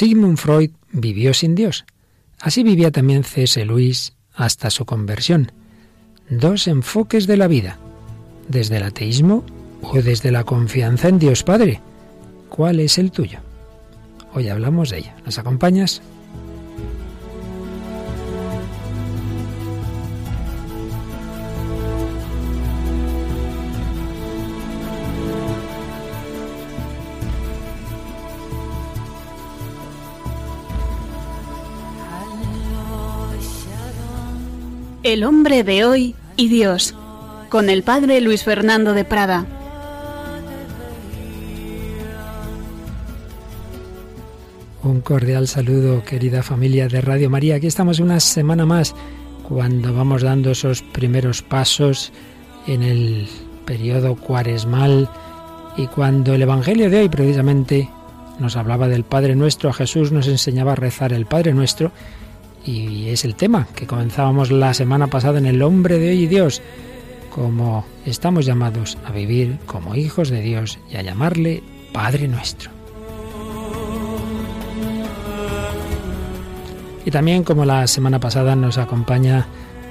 Sigmund Freud vivió sin Dios. Así vivía también C.S. Lewis hasta su conversión. Dos enfoques de la vida, desde el ateísmo o desde la confianza en Dios Padre. ¿Cuál es el tuyo? Hoy hablamos de ella. ¿Nos acompañas? El hombre de hoy y Dios, con el padre Luis Fernando de Prada. Un cordial saludo, querida familia de Radio María. Aquí estamos una semana más, cuando vamos dando esos primeros pasos en el periodo cuaresmal y cuando el Evangelio de hoy precisamente nos hablaba del Padre Nuestro. Jesús nos enseñaba a rezar el Padre Nuestro. Y es el tema que comenzábamos la semana pasada en El hombre de hoy y Dios, como estamos llamados a vivir como hijos de Dios y a llamarle Padre Nuestro. Y también, como la semana pasada, nos acompaña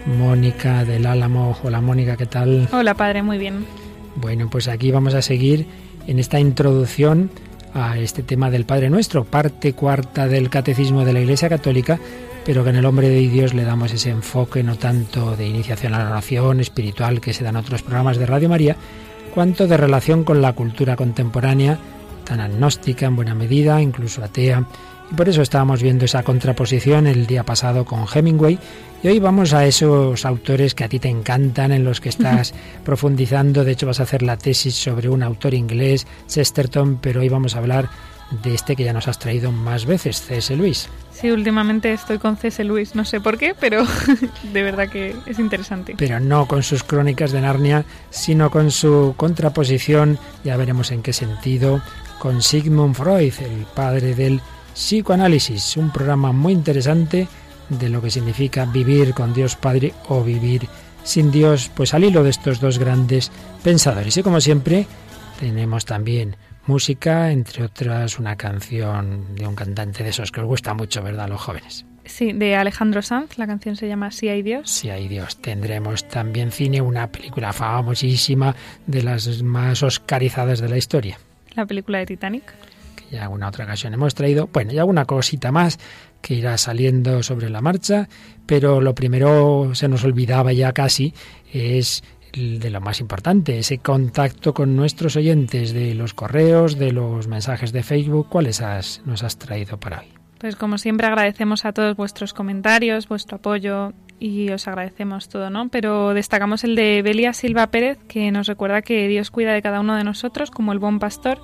Mónica del Álamo. Hola Mónica, ¿qué tal? Hola padre, muy bien. Bueno, pues aquí vamos a seguir en esta introducción a este tema del Padre Nuestro, parte cuarta del Catecismo de la Iglesia Católica, pero que en el hombre de Dios le damos ese enfoque no tanto de iniciación a la oración espiritual que se dan en otros programas de Radio María, cuanto de relación con la cultura contemporánea, tan agnóstica en buena medida, incluso atea. Y por eso estábamos viendo esa contraposición el día pasado con Hemingway, y hoy vamos a esos autores que a ti te encantan, en los que estás profundizando. De hecho, vas a hacer la tesis sobre un autor inglés, Chesterton, pero hoy vamos a hablar de este que ya nos has traído más veces, C.S. Lewis. Sí, últimamente estoy con C.S. Lewis, no sé por qué, pero de verdad que es interesante. Pero no con sus crónicas de Narnia, sino con su contraposición, ya veremos en qué sentido, con Sigmund Freud, el padre del psicoanálisis. Un programa muy interesante de lo que significa vivir con Dios Padre o vivir sin Dios, pues al hilo de estos dos grandes pensadores. Y como siempre, tenemos también música, entre otras una canción de un cantante de esos que os gusta mucho, ¿verdad?, a los jóvenes. Sí, de Alejandro Sanz, la canción se llama Si hay Dios. Si hay Dios. Tendremos también cine, una película famosísima, de las más oscarizadas de la historia. La película de Titanic. Que ya alguna otra ocasión hemos traído. Bueno, y alguna cosita más que irá saliendo sobre la marcha, pero lo primero se nos olvidaba ya casi, es de lo más importante, ese contacto con nuestros oyentes, de los correos, de los mensajes de Facebook. ¿Cuáles nos has traído para hoy? Pues como siempre agradecemos a todos vuestros comentarios, vuestro apoyo, y os agradecemos todo, ¿no? Pero destacamos el de Belia Silva Pérez, que nos recuerda que Dios cuida de cada uno de nosotros como el buen pastor,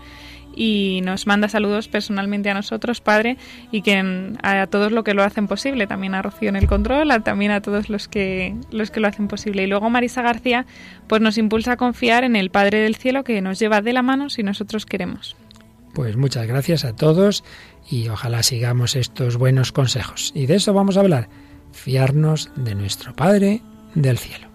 y nos manda saludos personalmente a nosotros, Padre, y que a todos los que lo hacen posible, también a Rocío en el control, también a todos los que lo hacen posible. Y luego Marisa García pues nos impulsa a confiar en el Padre del Cielo, que nos lleva de la mano si nosotros queremos. Pues muchas gracias a todos y ojalá sigamos estos buenos consejos. Y de eso vamos a hablar, fiarnos de nuestro Padre del Cielo.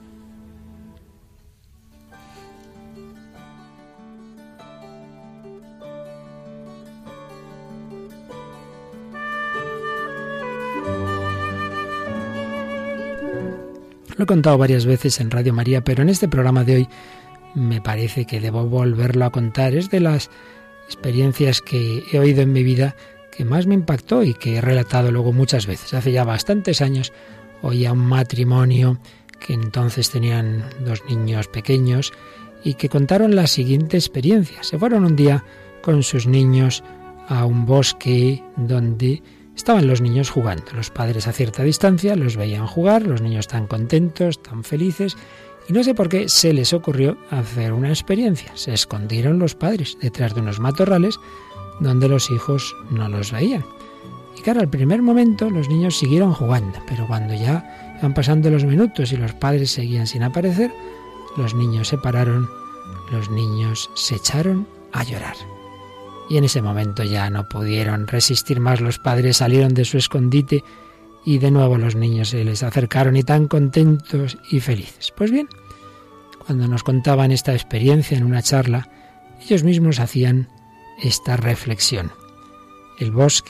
Lo he contado varias veces en Radio María, pero en este programa de hoy me parece que debo volverlo a contar. Es de las experiencias que he oído en mi vida que más me impactó y que he relatado luego muchas veces. Hace ya bastantes años oía un matrimonio que entonces tenían 2 niños pequeños y que contaron la siguiente experiencia. Se fueron un día con sus niños a un bosque donde estaban los niños jugando. Los padres a cierta distancia los veían jugar, los niños tan contentos, tan felices, y no sé por qué se les ocurrió hacer una experiencia. Se escondieron los padres detrás de unos matorrales donde los hijos no los veían. Y claro, al primer momento los niños siguieron jugando, pero cuando ya iban pasando los minutos y los padres seguían sin aparecer, los niños se pararon, los niños se echaron a llorar. Y en ese momento ya no pudieron resistir más los padres, salieron de su escondite y de nuevo los niños se les acercaron y tan contentos y felices. Pues bien, cuando nos contaban esta experiencia en una charla, ellos mismos hacían esta reflexión. El bosque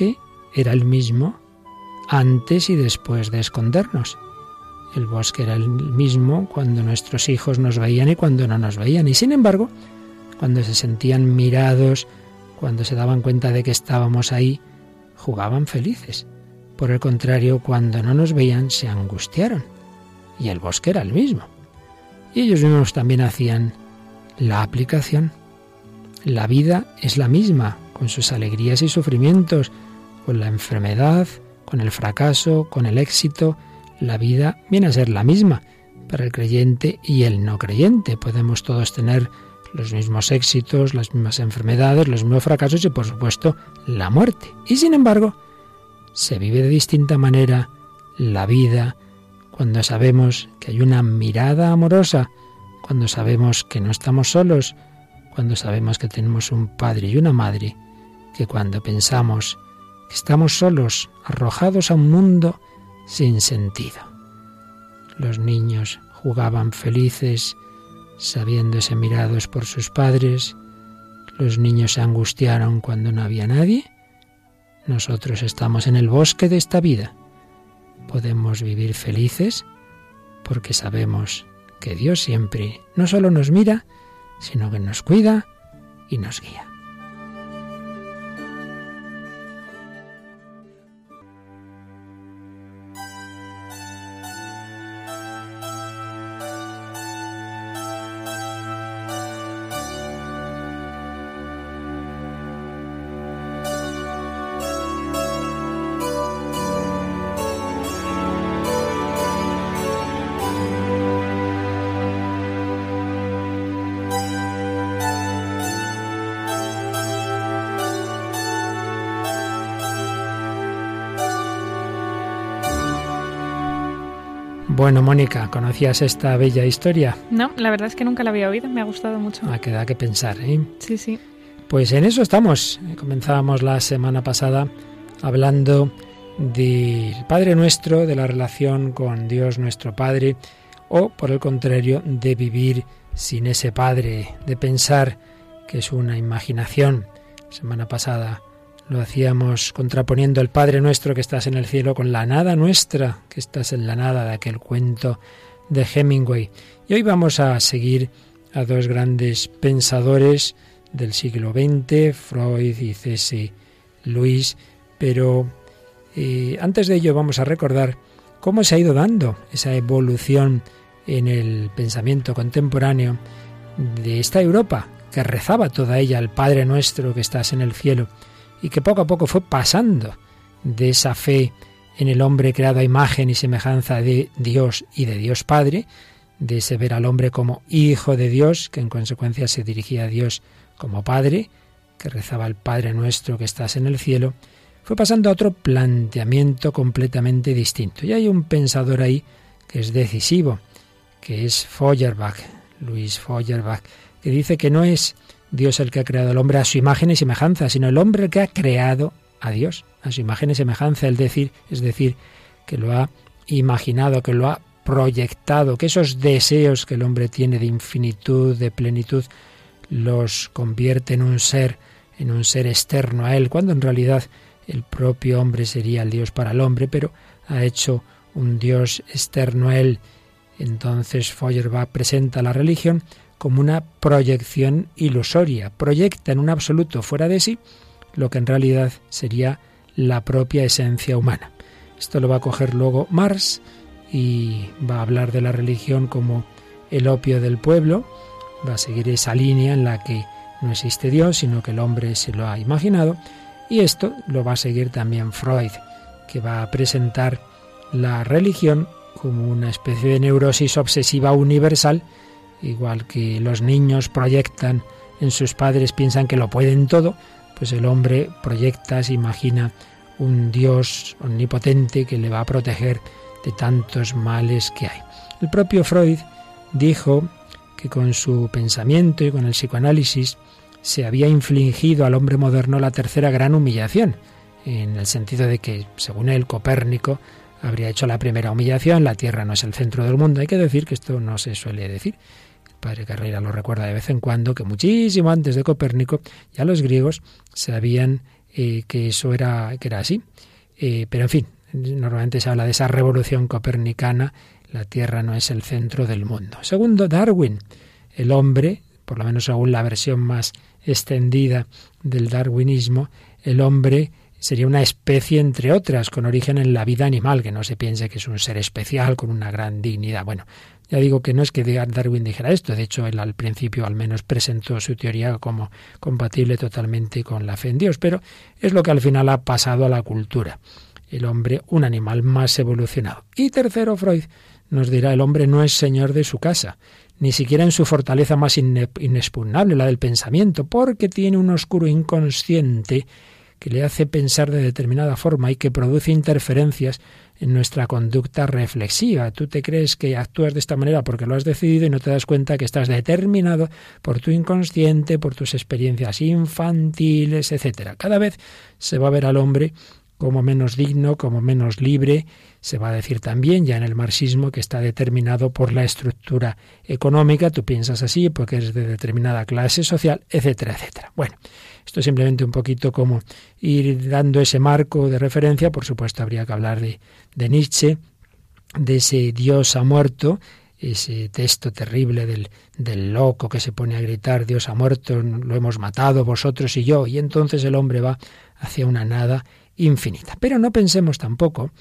era el mismo antes y después de escondernos. El bosque era el mismo cuando nuestros hijos nos veían y cuando no nos veían. Y sin embargo, cuando se sentían mirados, cuando se daban cuenta de que estábamos ahí, jugaban felices. Por el contrario, cuando no nos veían, se angustiaron. Y el bosque era el mismo. Y ellos mismos también hacían la aplicación. La vida es la misma, con sus alegrías y sufrimientos, con la enfermedad, con el fracaso, con el éxito. La vida viene a ser la misma para el creyente y el no creyente. Podemos todos tener los mismos éxitos, las mismas enfermedades, los mismos fracasos y, por supuesto, la muerte. Y, sin embargo, se vive de distinta manera la vida cuando sabemos que hay una mirada amorosa, cuando sabemos que no estamos solos, cuando sabemos que tenemos un padre y una madre, que cuando pensamos que estamos solos, arrojados a un mundo sin sentido. Los niños jugaban felices, sabiéndose mirados por sus padres. Los niños se angustiaron cuando no había nadie. Nosotros estamos en el bosque de esta vida. Podemos vivir felices porque sabemos que Dios siempre no solo nos mira, sino que nos cuida y nos guía. Bueno, Mónica, ¿conocías esta bella historia? No, la verdad es que nunca la había oído, me ha gustado mucho. Ah, que da que pensar, ¿eh? Sí, sí. Pues en eso estamos. Comenzábamos la semana pasada hablando del Padre Nuestro, de la relación con Dios nuestro Padre, o, por el contrario, de vivir sin ese Padre, de pensar que es una imaginación. La semana pasada lo hacíamos contraponiendo el Padre Nuestro que estás en el cielo con la nada nuestra, que estás en la nada, de aquel cuento de Hemingway. Y hoy vamos a seguir a dos grandes pensadores del siglo XX, Freud y C.S. Lewis, pero antes de ello vamos a recordar cómo se ha ido dando esa evolución en el pensamiento contemporáneo de esta Europa, que rezaba toda ella el Padre Nuestro que estás en el cielo, y que poco a poco fue pasando de esa fe en el hombre creado a imagen y semejanza de Dios y de Dios Padre, de ese ver al hombre como hijo de Dios, que en consecuencia se dirigía a Dios como Padre, que rezaba el Padre Nuestro que estás en el cielo, fue pasando a otro planteamiento completamente distinto. Y hay un pensador ahí que es decisivo, que es Feuerbach, Luis Feuerbach, que dice que no es Dios el que ha creado al hombre a su imagen y semejanza, sino el hombre el que ha creado a Dios a su imagen y semejanza, es decir, que lo ha imaginado, que lo ha proyectado, que esos deseos que el hombre tiene de infinitud, de plenitud, los convierte en un ser externo a él, cuando en realidad el propio hombre sería el Dios para el hombre, pero ha hecho un Dios externo a él. Entonces Feuerbach presenta la religión como una proyección ilusoria, proyecta en un absoluto fuera de sí lo que en realidad sería la propia esencia humana. Esto lo va a coger luego Marx y va a hablar de la religión como el opio del pueblo, va a seguir esa línea en la que no existe Dios, sino que el hombre se lo ha imaginado, y esto lo va a seguir también Freud, que va a presentar la religión como una especie de neurosis obsesiva universal. Igual que los niños proyectan en sus padres, piensan que lo pueden todo, pues el hombre proyecta, se imagina un Dios omnipotente que le va a proteger de tantos males que hay. El propio Freud dijo que con su pensamiento y con el psicoanálisis se había infligido al hombre moderno la tercera gran humillación, en el sentido de que, según él, Copérnico habría hecho la primera humillación, la Tierra no es el centro del mundo. Hay que decir que esto no se suele decir. Padre Carreira lo recuerda de vez en cuando, que muchísimo antes de Copérnico ya los griegos se habían que eso era así. Pero en fin, normalmente se habla de esa revolución copernicana, la Tierra no es el centro del mundo. Segundo, Darwin, el hombre, por lo menos según la versión más extendida del darwinismo, el hombre sería una especie entre otras, con origen en la vida animal, que no se piense que es un ser especial con una gran dignidad. Bueno, ya digo que no es que Darwin dijera esto, de hecho él al principio al menos presentó su teoría como compatible totalmente con la fe en Dios, pero es lo que al final ha pasado a la cultura. El hombre, un animal más evolucionado. Y tercero, Freud nos dirá, el hombre no es señor de su casa, ni siquiera en su fortaleza más inexpugnable, la del pensamiento, porque tiene un oscuro inconsciente que le hace pensar de determinada forma y que produce interferencias en nuestra conducta reflexiva. Tú te crees que actúas de esta manera porque lo has decidido y no te das cuenta que estás determinado por tu inconsciente, por tus experiencias infantiles, etcétera. Cada vez se va a ver al hombre como menos digno, como menos libre. Se va a decir también, ya en el marxismo, que está determinado por la estructura económica. Tú piensas así porque eres de determinada clase social, etcétera, etcétera. Bueno, esto es simplemente un poquito como ir dando ese marco de referencia. Por supuesto, habría que hablar de Nietzsche, de ese Dios ha muerto, ese texto terrible del loco que se pone a gritar, Dios ha muerto, lo hemos matado vosotros y yo, y entonces el hombre va hacia una nada infinita. Pero no pensemos tampoco,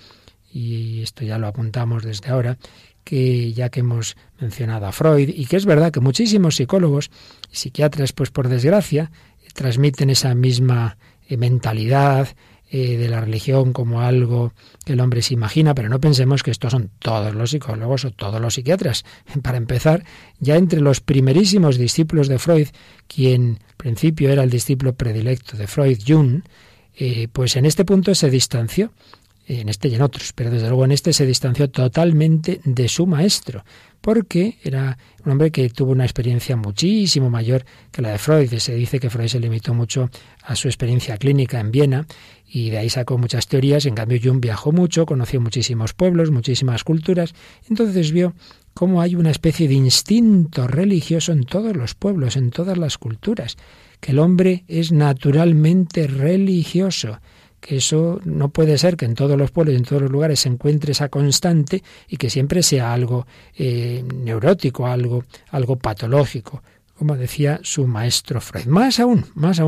y esto ya lo apuntamos desde ahora, que ya que hemos mencionado a Freud, y que es verdad que muchísimos psicólogos y psiquiatras, pues por desgracia, transmiten esa misma mentalidad de la religión como algo que el hombre se imagina, pero no pensemos que estos son todos los psicólogos o todos los psiquiatras. Para empezar, ya entre los primerísimos discípulos de Freud, quien al principio era el discípulo predilecto de Freud, Jung, pues en este punto se distanció, en este y en otros, pero desde luego en este se distanció totalmente de su maestro, porque era un hombre que tuvo una experiencia muchísimo mayor que la de Freud. Se dice que Freud se limitó mucho a su experiencia clínica en Viena y de ahí sacó muchas teorías. En cambio, Jung viajó mucho, conoció muchísimos pueblos, muchísimas culturas, entonces vio cómo hay una especie de instinto religioso en todos los pueblos, en todas las culturas, que el hombre es naturalmente religioso, que eso no puede ser que en todos los pueblos y en todos los lugares se encuentre esa constante y que siempre sea algo neurótico, algo patológico, como decía su maestro Freud. Más aún,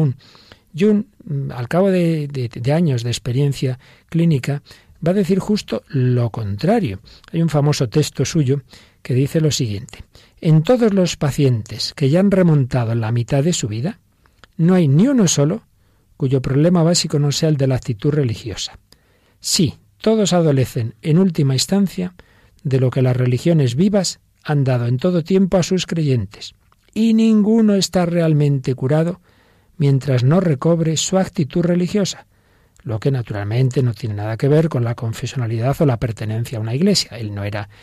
Jung, al cabo de años de experiencia clínica, va a decir justo lo contrario. Hay un famoso texto suyo que dice lo siguiente: en todos los pacientes que ya han remontado la mitad de su vida, no hay ni uno solo cuyo problema básico no sea el de la actitud religiosa. Sí, todos adolecen, en última instancia, de lo que las religiones vivas han dado en todo tiempo a sus creyentes, y ninguno está realmente curado mientras no recobre su actitud religiosa, lo que naturalmente no tiene nada que ver con la confesionalidad o la pertenencia a una iglesia. Él no era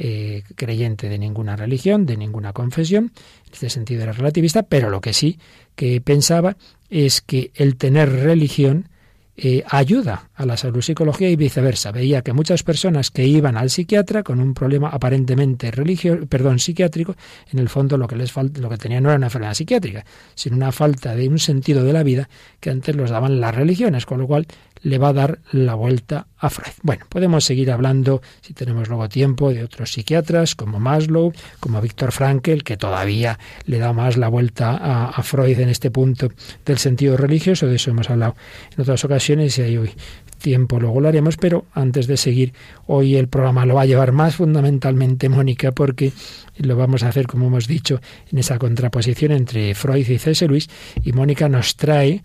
creyente de ninguna religión, de ninguna confesión, en este sentido era relativista, pero lo que sí que pensaba es que el tener religión ayuda a la salud psicológica y viceversa. Veía que muchas personas que iban al psiquiatra con un problema aparentemente psiquiátrico, en el fondo lo que les lo que tenían no era una enfermedad psiquiátrica, sino una falta de un sentido de la vida que antes los daban las religiones, con lo cual le va a dar la vuelta a Freud. Bueno, podemos seguir hablando, si tenemos luego tiempo, de otros psiquiatras como Maslow, como Viktor Frankl, que todavía le da más la vuelta a Freud en este punto del sentido religioso. De eso hemos hablado en otras ocasiones y hay hoy tiempo, luego lo haremos, pero antes de seguir, hoy el programa lo va a llevar más fundamentalmente Mónica, porque lo vamos a hacer, como hemos dicho, en esa contraposición entre Freud y C.S. Lewis, y Mónica nos trae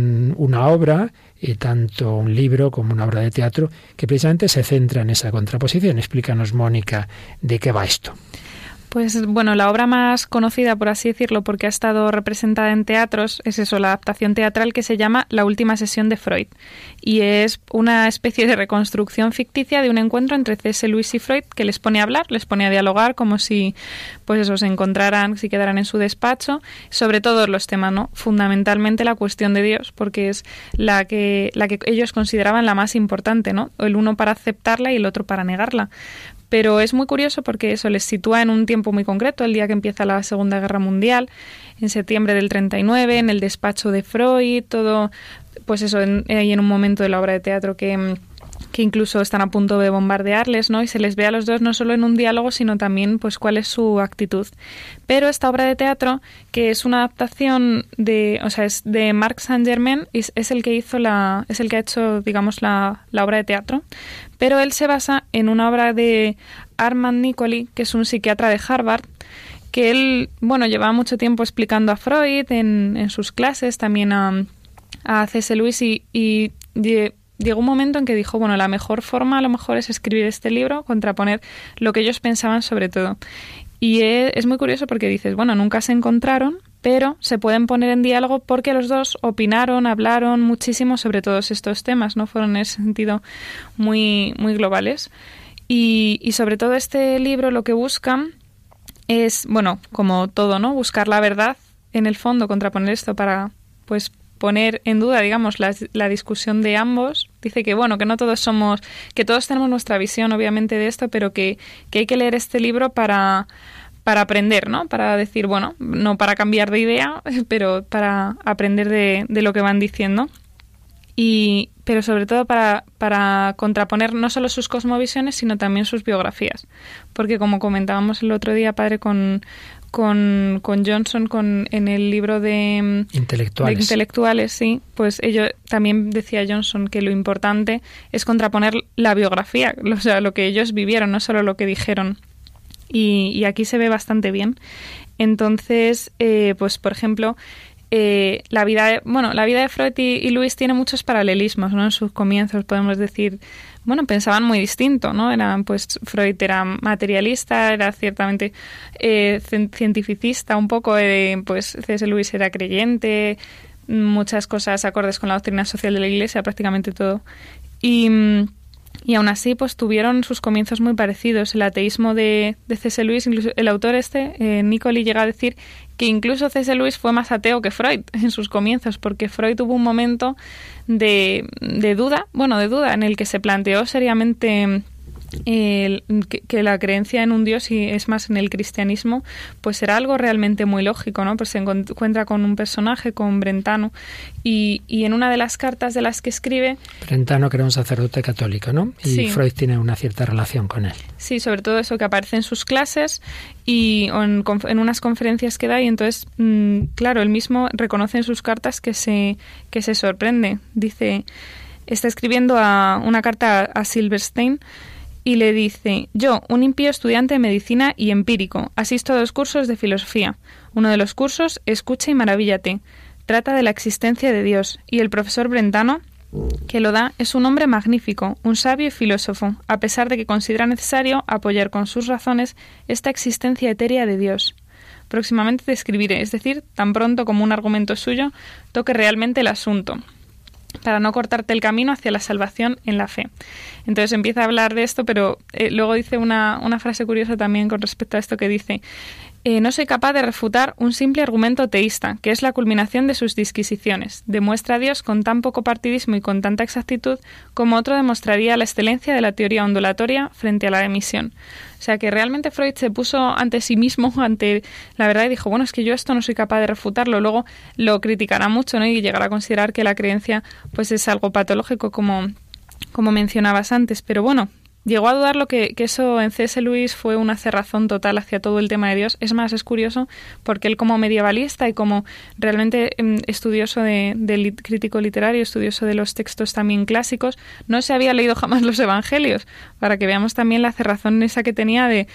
una obra, tanto un libro como una obra de teatro, que precisamente se centra en esa contraposición. Explícanos, Mónica, de qué va esto. Pues bueno, la obra más conocida, por así decirlo, porque ha estado representada en teatros, es eso, la adaptación teatral, que se llama La última sesión de Freud. Y es una especie de reconstrucción ficticia de un encuentro entre C.S. Lewis y Freud, que les pone a hablar, les pone a dialogar, como si pues eso, se encontraran, si quedaran en su despacho, sobre todos los temas, ¿no? Fundamentalmente la cuestión de Dios, porque es la que ellos consideraban la más importante, ¿no? El uno para aceptarla y el otro para negarla. Pero es muy curioso porque eso les sitúa en un tiempo muy concreto, el día que empieza la Segunda Guerra Mundial, en septiembre del 39, en el despacho de Freud, todo pues eso, hay en un momento de la obra de teatro que incluso están a punto de bombardearles, ¿no? Y se les ve a los dos no solo en un diálogo, sino también pues cuál es su actitud. Pero esta obra de teatro, que es una adaptación es de Marc Saint-Germain, es el que hizo es el que ha hecho, digamos, la obra de teatro, pero él se basa en una obra de Armand Nicoli, que es un psiquiatra de Harvard, que él, llevaba mucho tiempo explicando a Freud en sus clases, también a C.S. Lewis, y llegó un momento en que dijo, la mejor forma a lo mejor es escribir este libro, contraponer lo que ellos pensaban sobre todo. Y es muy curioso porque dices, nunca se encontraron, pero se pueden poner en diálogo porque los dos opinaron, hablaron muchísimo sobre todos estos temas, ¿no? Fueron en ese sentido muy, muy globales. Y sobre todo este libro lo que buscan es, como todo, ¿no? Buscar la verdad en el fondo, contraponer esto para, pues, poner en duda, digamos, la discusión de ambos. Dice que, que no todos somos, que todos tenemos nuestra visión, obviamente, de esto, pero que hay que leer este libro para aprender, ¿no? Para decir, no para cambiar de idea, pero para aprender de lo que van diciendo. Pero sobre todo para contraponer no solo sus cosmovisiones, sino también sus biografías. Porque como comentábamos el otro día, padre, con Johnson en el libro de intelectuales, sí, pues también decía Johnson que lo importante es contraponer la biografía, o sea, lo que ellos vivieron, no solo lo que dijeron. Y aquí se ve bastante bien. Entonces, pues por ejemplo, la vida de Freud y Lewis tiene muchos paralelismos, ¿no? En sus comienzos podemos decir, pensaban muy distinto, ¿no? Freud era materialista, era ciertamente cientificista un poco, pues C.S. Lewis era creyente, muchas cosas acordes con la doctrina social de la Iglesia, prácticamente todo. Y aún así, pues tuvieron sus comienzos muy parecidos. El ateísmo de C.S. Lewis, incluso el autor Nicoli, llega a decir que incluso C.S. Lewis fue más ateo que Freud en sus comienzos, porque Freud tuvo un momento de duda, en el que se planteó seriamente que la creencia en un Dios, y es más en el cristianismo, pues era algo realmente muy lógico, ¿no? Pues se encuentra con un personaje, con Brentano, y en una de las cartas de las que escribe... Brentano, que era un sacerdote católico, ¿no? Y sí. Freud tiene una cierta relación con él. Sí, sobre todo eso que aparece en sus clases o en unas conferencias que da, y entonces, claro, él mismo reconoce en sus cartas que se sorprende. Dice, está escribiendo una carta a Silverstein, y le dice: yo, un impío estudiante de medicina y empírico, asisto a 2 cursos de filosofía. Uno de los cursos, escucha y maravíllate, trata de la existencia de Dios, y el profesor Brentano, que lo da, es un hombre magnífico, un sabio y filósofo, a pesar de que considera necesario apoyar con sus razones esta existencia etérea de Dios. Próximamente te escribiré, es decir, tan pronto como un argumento suyo toque realmente el asunto, para no cortarte el camino hacia la salvación en la fe. Entonces empieza a hablar de esto, pero luego dice una frase curiosa también con respecto a esto, que dice: no soy capaz de refutar un simple argumento teísta, que es la culminación de sus disquisiciones. Demuestra a Dios con tan poco partidismo y con tanta exactitud como otro demostraría la excelencia de la teoría ondulatoria frente a la emisión. O sea que realmente Freud se puso ante sí mismo, ante la verdad, y dijo, es que yo esto no soy capaz de refutarlo. Luego lo criticará mucho, ¿no? Y llegará a considerar que la creencia pues es algo patológico, como mencionabas antes. Pero llegó a dudar que eso en C.S. Lewis fue una cerrazón total hacia todo el tema de Dios. Es más, es curioso porque él, como medievalista y como realmente estudioso de crítico literario, estudioso de los textos también clásicos, no se había leído jamás los evangelios, para que veamos también la cerrazón esa que tenía de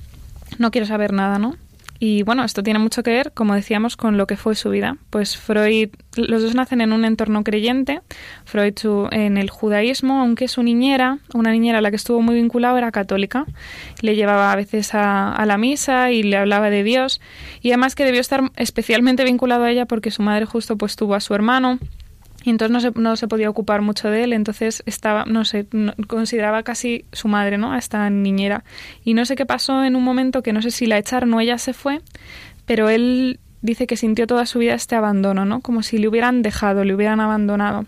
no quiero saber nada, ¿no? Y esto tiene mucho que ver, como decíamos, con lo que fue su vida. Pues Freud, los dos nacen en un entorno creyente. Freud en el judaísmo, aunque una niñera a la que estuvo muy vinculado era católica. Le llevaba a veces a la misa y le hablaba de Dios. Y además que debió estar especialmente vinculado a ella porque su madre justo pues tuvo a su hermano. Y entonces no se podía ocupar mucho de él, entonces consideraba casi su madre, ¿no? A esta niñera. Y no sé qué pasó en un momento, que no sé si la echaron o ella se fue, pero él dice que sintió toda su vida este abandono, ¿no? Como si le hubieran dejado, le hubieran abandonado.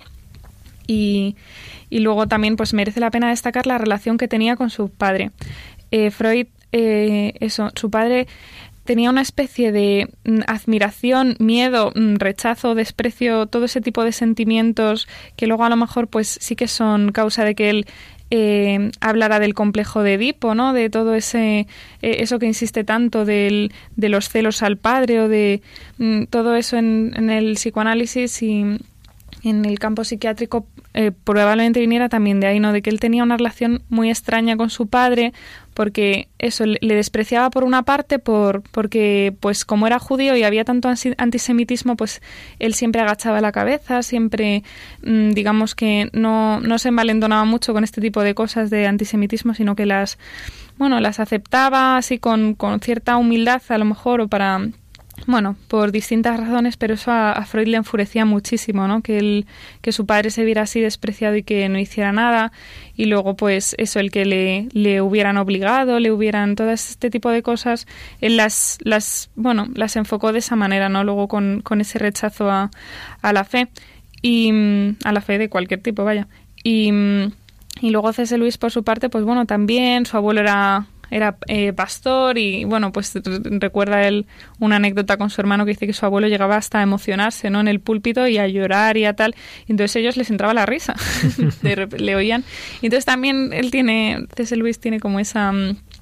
Y luego también pues merece la pena destacar la relación que tenía con su padre. Freud, su padre tenía una especie de admiración, miedo, rechazo, desprecio, todo ese tipo de sentimientos que luego a lo mejor pues sí que son causa de que él hablara del complejo de Edipo, ¿no? De todo ese eso que insiste tanto de los celos al padre, o de todo eso en el psicoanálisis y en el campo psiquiátrico, probablemente viniera también de ahí, ¿no? De que él tenía una relación muy extraña con su padre, porque eso, le despreciaba por una parte porque pues como era judío y había tanto antisemitismo, pues él siempre agachaba la cabeza, siempre digamos que no se envalentonaba mucho con este tipo de cosas de antisemitismo, sino que las aceptaba así con cierta humildad a lo mejor, o para... Bueno, por distintas razones, pero eso a Freud le enfurecía muchísimo, ¿no? Que su padre se viera así despreciado y que no hiciera nada, y luego pues eso, el que le hubieran obligado, le hubieran todo este tipo de cosas, él las enfocó de esa manera, ¿no? Luego con ese rechazo a la fe, y a la fe de cualquier tipo, vaya. Y luego C.S. Lewis, por su parte, pues bueno, también su abuelo era pastor, y bueno, pues recuerda él una anécdota con su hermano que dice que su abuelo llegaba hasta a emocionarse, ¿no? En el púlpito, y a llorar y a tal, y entonces ellos les entraba la risa, le oían. Y entonces también C.S. Lewis tiene como esa...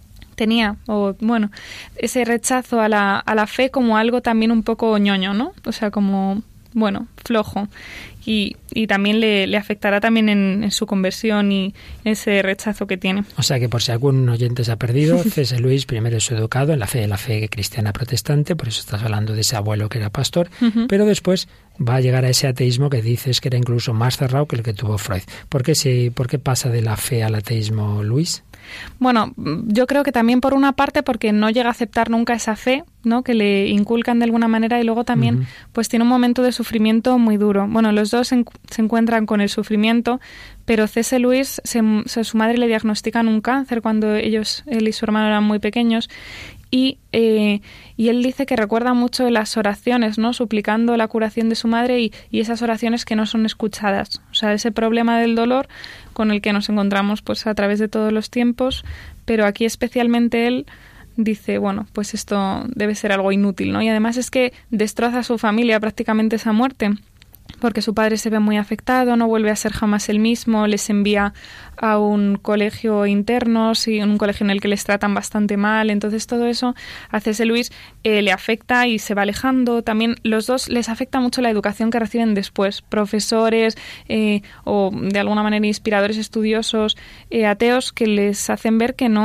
ese rechazo a la fe como algo también un poco ñoño, ¿no? O sea, como, bueno, flojo. Y también le afectará también en su conversión y ese rechazo que tiene. O sea que, por si algún oyente se ha perdido, C.S. Lewis primero es educado en la fe cristiana protestante, por eso estás hablando de ese abuelo que era pastor, pero después va a llegar a ese ateísmo que dices que era incluso más cerrado que el que tuvo Freud. ¿Por qué pasa de la fe al ateísmo, Luis? Bueno, yo creo que también por una parte porque no llega a aceptar nunca esa fe, ¿no? Que le inculcan de alguna manera, y luego también pues tiene un momento de sufrimiento muy duro. Bueno, los dos se encuentran con el sufrimiento, pero C.S. Lewis, su madre le diagnostican un cáncer cuando él y su hermano eran muy pequeños, y él dice que recuerda mucho las oraciones, ¿no? Suplicando la curación de su madre, y esas oraciones que no son escuchadas. O sea, ese problema del dolor con el que nos encontramos pues a través de todos los tiempos, pero aquí especialmente él dice, bueno, pues esto debe ser algo inútil, ¿no? Y además es que destroza a su familia prácticamente esa muerte, porque su padre se ve muy afectado, no vuelve a ser jamás el mismo, les envía a un colegio internos, y un colegio en el que les tratan bastante mal. Entonces todo eso a C.S. Lewis le afecta y se va alejando. También los dos les afecta mucho la educación que reciben después, profesores o de alguna manera inspiradores estudiosos ateos, que les hacen ver que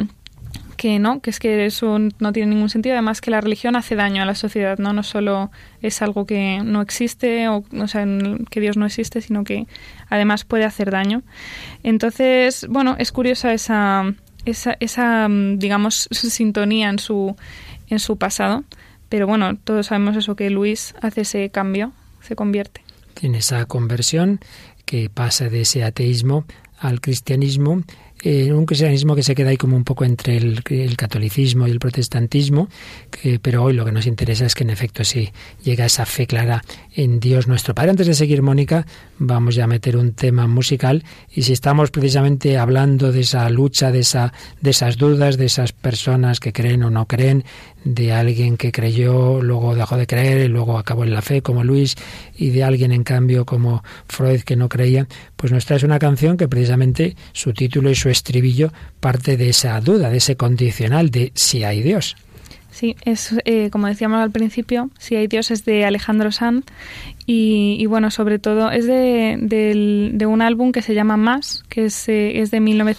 es que eso no tiene ningún sentido, además que la religión hace daño a la sociedad, no solo es algo que no existe, o sea, que Dios no existe, sino que además puede hacer daño. Entonces, bueno, es curiosa esa digamos, sintonía en su pasado, pero bueno, todos sabemos eso, que Luis hace ese cambio, se convierte. Tiene esa conversión que pasa de ese ateísmo al cristianismo, un cristianismo que se queda ahí como un poco entre el catolicismo y el protestantismo, pero hoy lo que nos interesa es que en efecto sí llega esa fe clara en Dios nuestro Padre. Antes de seguir, Mónica, vamos ya a meter un tema musical, y si estamos precisamente hablando de esa lucha, de esas dudas, de esas personas que creen o no creen, de alguien que creyó, luego dejó de creer y luego acabó en la fe como Luis, y de alguien en cambio como Freud que no creía, pues nos traes una canción que precisamente su título y su estribillo parte de esa duda, de ese condicional de si hay Dios. Sí, es como decíamos al principio, Si hay Dios, es de Alejandro Sanz, y bueno, sobre todo es de un álbum que se llama Más, que es de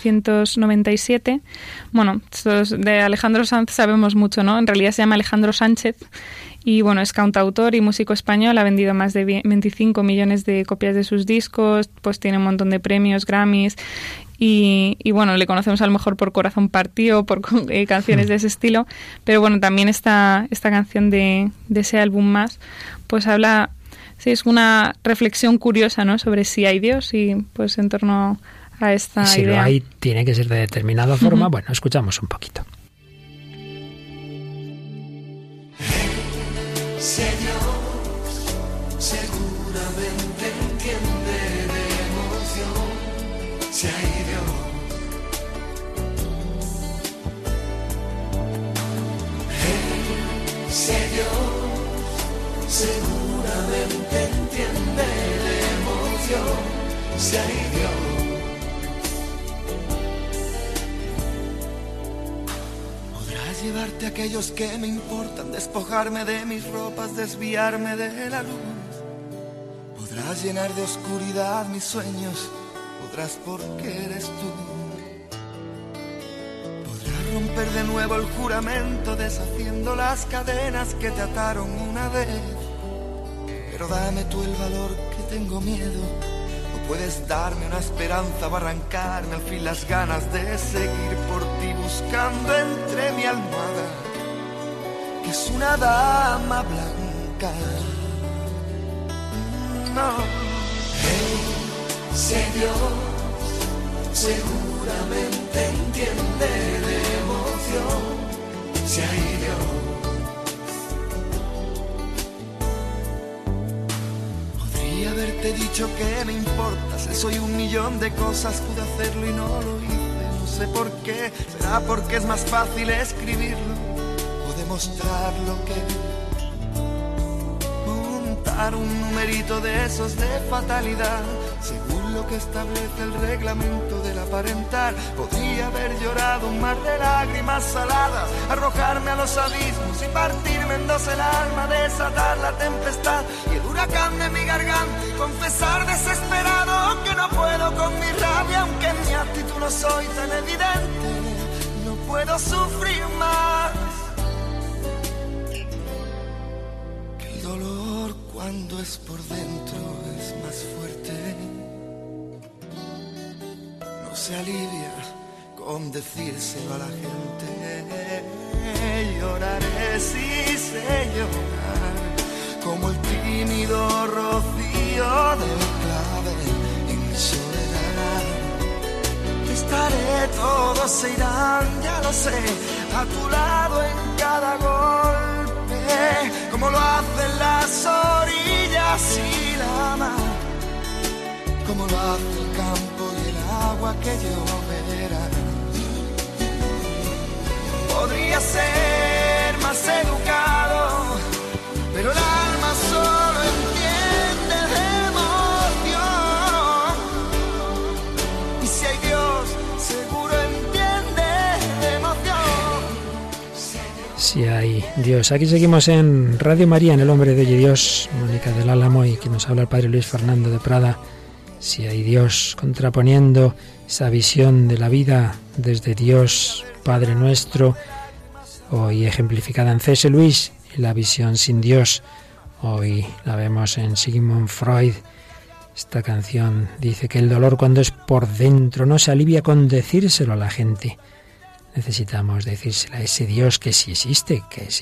1997. Bueno, de Alejandro Sanz sabemos mucho, ¿no? En realidad se llama Alejandro Sánchez, y bueno, es cantautor y músico español, ha vendido más de 25 millones de copias de sus discos, pues tiene un montón de premios, Grammys, y bueno, le conocemos a lo mejor por Corazón Partido, por canciones de ese estilo, pero bueno, también esta canción de ese álbum Más, pues habla, sí, es una reflexión curiosa, ¿no? Sobre si hay Dios, y pues en torno a esta idea. Si lo hay, tiene que ser de determinada forma. Bueno, escuchamos un poquito. Si hay Dios, seguramente entiende de emoción. Si hay Dios, Él seguramente entiende la emoción, si hay Dios. Podrás llevarte a aquellos que me importan, despojarme de mis ropas, desviarme de la luz. Podrás llenar de oscuridad mis sueños, podrás porque eres tú. Podrás romper de nuevo el juramento, deshaciendo las cadenas que te ataron una vez. Pero dame tú el valor que tengo miedo, o puedes darme una esperanza o arrancarme al fin las ganas de seguir por ti, buscando entre mi almohada, que es una dama blanca. No. Hey, si Dios seguramente entiende de emoción, si hay Dios. Podría haberte dicho que me importas, soy un millón de cosas, pude hacerlo y no lo hice, no sé por qué, será porque es más fácil escribirlo o demostrar lo que un numerito de esos de fatalidad, según lo que establece el reglamento del aparentar. Podría haber llorado un mar de lágrimas saladas, arrojarme a los abismos y partirme en dos el alma, desatar la tempestad y el huracán de mi garganta y confesar desesperado que no puedo con mi rabia, aunque en mi actitud no soy tan evidente, no puedo sufrir más. Que el dolor cuando es por dentro es más fuerte, no se alivia con decírselo a la gente. Lloraré si sé llorar, como el tímido rocío del clave en mi soledad. Estaré, todos se irán, ya lo sé, a tu lado en cada golpe, como lo hacen las orillas y la mar, como lo hace el campo y el agua que lloverá. Podría ser más educado, pero el alma solo entiende de emoción. Y si hay Dios, seguro entiende de emoción. Si hay Dios. Aquí seguimos en Radio María, en El Hombre de Hoy y Dios. Mónica del Álamo, y que nos habla el Padre Luis Fernando de Prada. Si hay Dios, contraponiendo esa visión de la vida desde Dios Padre nuestro, hoy ejemplificada en C.S. Lewis, y la visión sin Dios, hoy la vemos en Sigmund Freud. Esta canción dice que el dolor, cuando es por dentro, no se alivia con decírselo a la gente. Necesitamos decírselo a ese Dios que sí existe,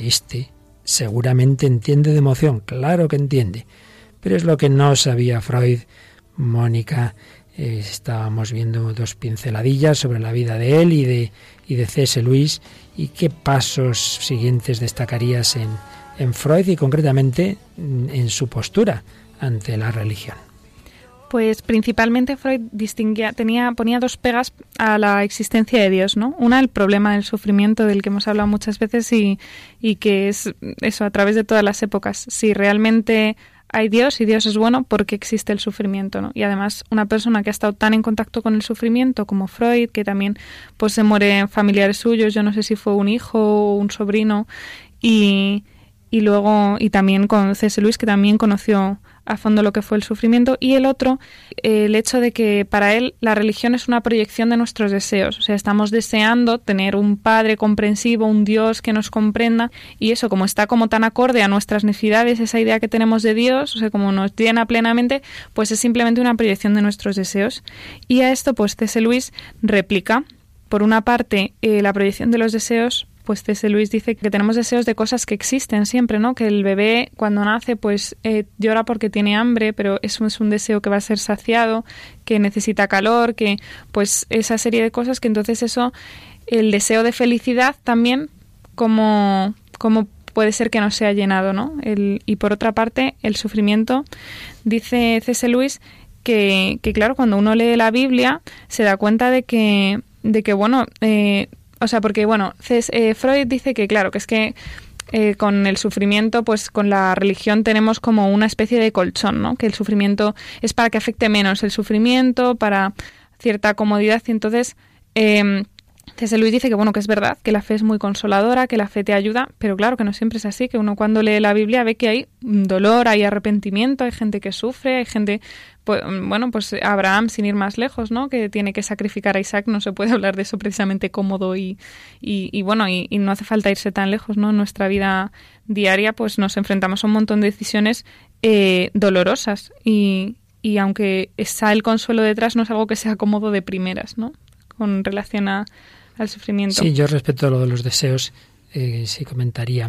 seguramente entiende de emoción, claro que entiende, pero es lo que no sabía Freud. Mónica, estábamos viendo dos pinceladillas sobre la vida de él y de C.S. Lewis, y qué pasos siguientes destacarías en Freud y concretamente en su postura ante la religión. Pues principalmente Freud ponía dos pegas a la existencia de Dios, ¿no? Una, el problema del sufrimiento, del que hemos hablado muchas veces y que es eso a través de todas las épocas. Si realmente hay Dios y Dios es bueno, ¿por qué existe el sufrimiento, ¿no? Y además una persona que ha estado tan en contacto con el sufrimiento como Freud, que también pues se mueren familiares suyos, yo no sé si fue un hijo o un sobrino, y luego y también con C.S. Lewis, que también conoció a fondo lo que fue el sufrimiento, y el otro, el hecho de que para él la religión es una proyección de nuestros deseos, o sea, estamos deseando tener un Padre comprensivo, un Dios que nos comprenda, y eso, como está como tan acorde a nuestras necesidades, esa idea que tenemos de Dios, o sea, como nos llena plenamente, pues es simplemente una proyección de nuestros deseos. Y a esto, pues C.S. Lewis replica, por una parte, la proyección de los deseos. Pues C.S. Lewis dice que tenemos deseos de cosas que existen siempre, ¿no? Que el bebé cuando nace pues llora porque tiene hambre, pero eso es un deseo que va a ser saciado, que necesita calor, que pues esa serie de cosas que entonces eso, el deseo de felicidad también, como puede ser que no sea llenado, ¿no? Y por otra parte, el sufrimiento, dice C.S. Lewis que claro, cuando uno lee la Biblia se da cuenta de que bueno, o sea, porque bueno, Freud dice que claro, que es que con el sufrimiento, pues con la religión tenemos como una especie de colchón, ¿no? Que el sufrimiento es para que afecte menos el sufrimiento, para cierta comodidad, y entonces C.S. Lewis dice que bueno, que es verdad, que la fe es muy consoladora, que la fe te ayuda, pero claro que no siempre es así, que uno cuando lee la Biblia ve que hay dolor, hay arrepentimiento, hay gente que sufre, hay gente, pues Abraham, sin ir más lejos, ¿no? Que tiene que sacrificar a Isaac, no se puede hablar de eso precisamente cómodo y no hace falta irse tan lejos, ¿no? En nuestra vida diaria pues nos enfrentamos a un montón de decisiones dolorosas y aunque está el consuelo detrás, no es algo que sea cómodo de primeras, ¿no? Con relación al sufrimiento. Sí, yo respecto a lo de los deseos, sí comentaría.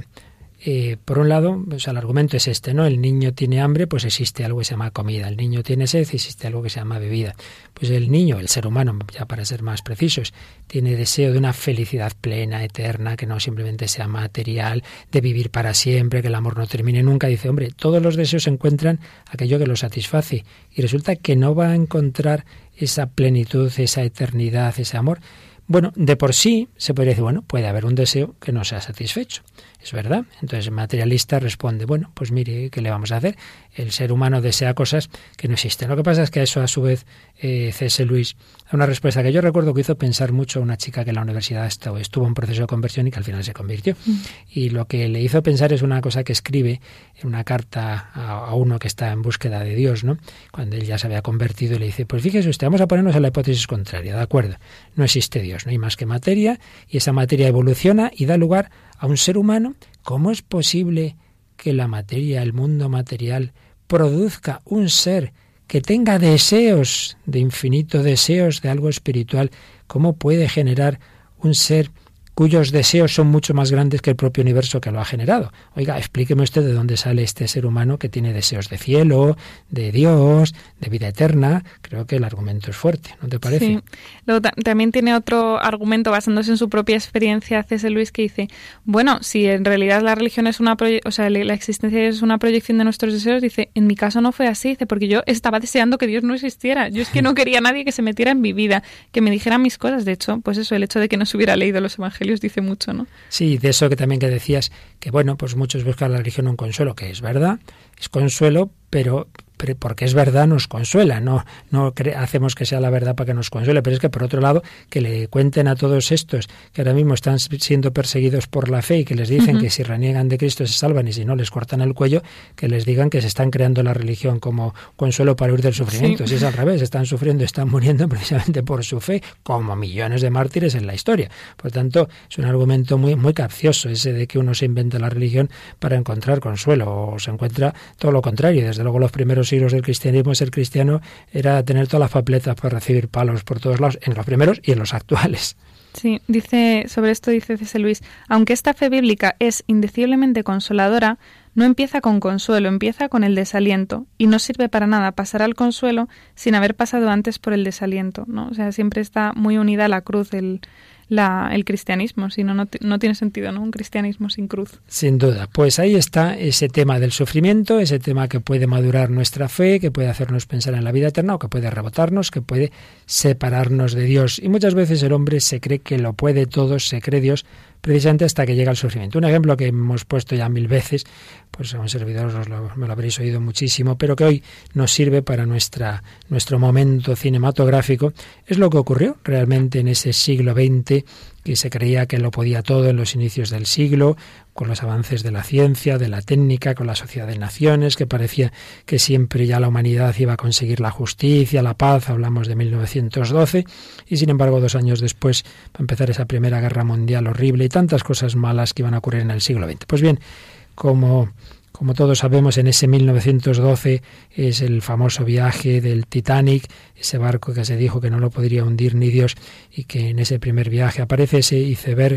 Por un lado, o sea, el argumento es este, ¿no? El niño tiene hambre, pues existe algo que se llama comida. El niño tiene sed, existe algo que se llama bebida. Pues el niño, el ser humano, ya para ser más precisos, tiene deseo de una felicidad plena, eterna, que no simplemente sea material, de vivir para siempre, que el amor no termine nunca. Dice, hombre, todos los deseos encuentran aquello que lo satisface. Y resulta que no va a encontrar esa plenitud, esa eternidad, ese amor. Bueno, de por sí se podría decir, bueno, puede haber un deseo que no sea satisfecho. Es verdad. Entonces el materialista responde, bueno, pues mire, ¿qué le vamos a hacer? El ser humano desea cosas que no existen. Lo que pasa es que a eso, a su vez, C.S. Lewis da una respuesta que yo recuerdo que hizo pensar mucho a una chica que en la universidad estuvo en proceso de conversión y que al final se convirtió. Y lo que le hizo pensar es una cosa que escribe en una carta a uno que está en búsqueda de Dios, ¿no? Cuando él ya se había convertido, y le dice, pues fíjese usted, vamos a ponernos en la hipótesis contraria, ¿de acuerdo? No existe Dios, no hay más que materia, y esa materia evoluciona y da lugar a un ser humano. ¿Cómo es posible que la materia, el mundo material, produzca un ser que tenga deseos, de infinito deseos de algo espiritual? ¿Cómo puede generar un ser cuyos deseos son mucho más grandes que el propio universo que lo ha generado? Oiga, explíqueme usted de dónde sale este ser humano que tiene deseos de cielo, de Dios, de vida eterna. Creo que el argumento es fuerte, ¿no te parece? Sí. Luego, también tiene otro argumento basándose en su propia experiencia, C.S. Lewis, que dice, bueno, si en realidad la religión es la existencia es una proyección de nuestros deseos, dice, en mi caso no fue así, dice, porque yo estaba deseando que Dios no existiera. Yo es que no quería a nadie que se metiera en mi vida, que me dijera mis cosas. De hecho, pues eso, el hecho de que no se hubiera leído los evangelios dice mucho, ¿no? Sí, de eso que también que decías, que bueno, pues muchos buscan la religión un consuelo, que es verdad, es consuelo, pero porque es verdad nos consuela, no hacemos que sea la verdad para que nos consuele, pero es que por otro lado que le cuenten a todos estos que ahora mismo están siendo perseguidos por la fe y que les dicen que si reniegan de Cristo se salvan y si no les cortan el cuello, que les digan que se están creando la religión como consuelo para huir del sufrimiento. Sí. Si es al revés, están sufriendo, están muriendo precisamente por su fe, como millones de mártires en la historia. Por tanto, es un argumento muy, muy capcioso ese de que uno se inventa la religión para encontrar consuelo, o se encuentra todo lo contrario. Desde luego los primeros siglos del cristianismo, ser cristiano era tener todas las papeletas para recibir palos por todos lados, en los primeros y en los actuales. Sí, sobre esto dice C.S. Lewis, aunque esta fe bíblica es indeciblemente consoladora, no empieza con consuelo, empieza con el desaliento, y no sirve para nada pasar al consuelo sin haber pasado antes por el desaliento, ¿no? O sea, siempre está muy unida a la cruz el cristianismo, si no tiene sentido, ¿no? Un cristianismo sin cruz. Sin duda. Pues ahí está ese tema del sufrimiento, ese tema que puede madurar nuestra fe, que puede hacernos pensar en la vida eterna, o que puede rebotarnos, que puede separarnos de Dios. Y muchas veces el hombre se cree que lo puede todo, se cree Dios, precisamente hasta que llega el sufrimiento. Un ejemplo que hemos puesto ya 1000 veces, pues a un servidor me lo habréis oído muchísimo, pero que hoy nos sirve para nuestro momento cinematográfico, es lo que ocurrió realmente en ese siglo XX, que se creía que lo podía todo en los inicios del siglo, con los avances de la ciencia, de la técnica, con la sociedad de naciones, que parecía que siempre ya la humanidad iba a conseguir la justicia, la paz. Hablamos de 1912, y sin embargo 2 años después va a empezar esa Primera Guerra Mundial horrible y tantas cosas malas que iban a ocurrir en el siglo XX. Pues bien, como todos sabemos, en ese 1912 es el famoso viaje del Titanic, ese barco que se dijo que no lo podría hundir ni Dios, y que en ese primer viaje aparece ese iceberg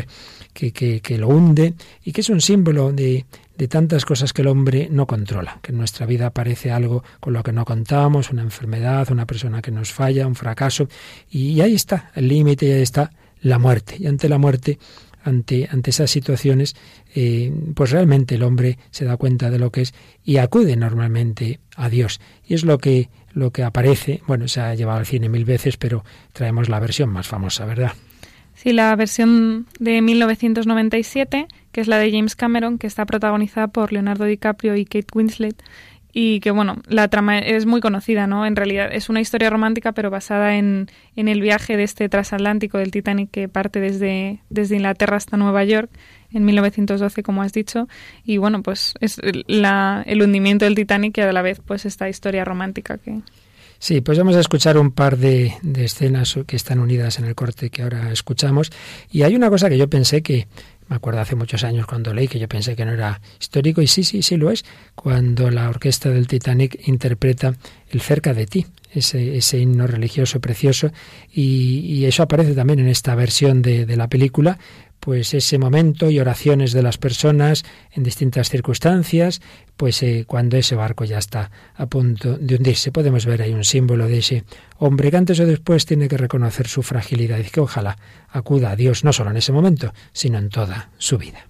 que lo hunde, y que es un símbolo de tantas cosas que el hombre no controla, que en nuestra vida aparece algo con lo que no contábamos, una enfermedad, una persona que nos falla, un fracaso, y ahí está el límite, y ahí está la muerte. Y ante la muerte, ante esas situaciones, pues realmente el hombre se da cuenta de lo que es y acude normalmente a Dios. Y es lo que aparece, bueno, se ha llevado al cine 1000 veces, pero traemos la versión más famosa, ¿verdad? Sí, la versión de 1997, que es la de James Cameron, que está protagonizada por Leonardo DiCaprio y Kate Winslet, y que, bueno, la trama es muy conocida, ¿no? En realidad es una historia romántica, pero basada en el viaje de este transatlántico del Titanic que parte desde Inglaterra hasta Nueva York en 1912, como has dicho, y, bueno, pues es el hundimiento del Titanic y a la vez, pues, esta historia romántica que... Sí, pues vamos a escuchar un par de escenas que están unidas en el corte que ahora escuchamos. Y hay una cosa que yo pensé que, me acuerdo hace muchos años cuando leí, que yo pensé que no era histórico, y sí lo es, cuando la orquesta del Titanic interpreta el Cerca de ti, ese himno religioso precioso, y eso aparece también en esta versión de la película, pues ese momento y oraciones de las personas en distintas circunstancias, pues cuando ese barco ya está a punto de hundirse. Podemos ver ahí un símbolo de ese hombre que antes o después tiene que reconocer su fragilidad y que ojalá acuda a Dios no solo en ese momento, sino en toda su vida.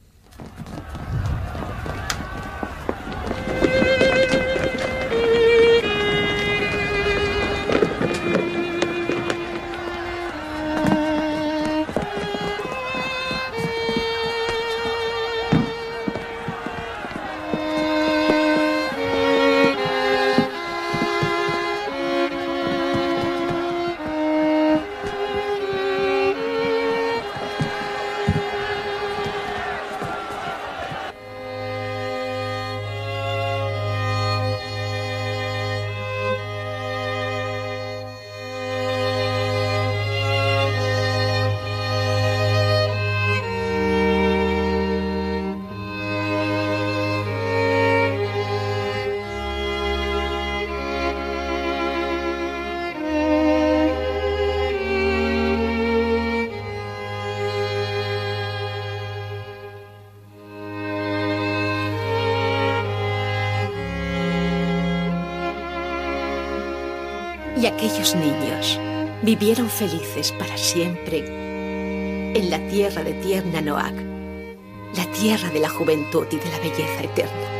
Y aquellos niños vivieron felices para siempre en la tierra de tierna Noac, la tierra de la juventud y de la belleza eterna.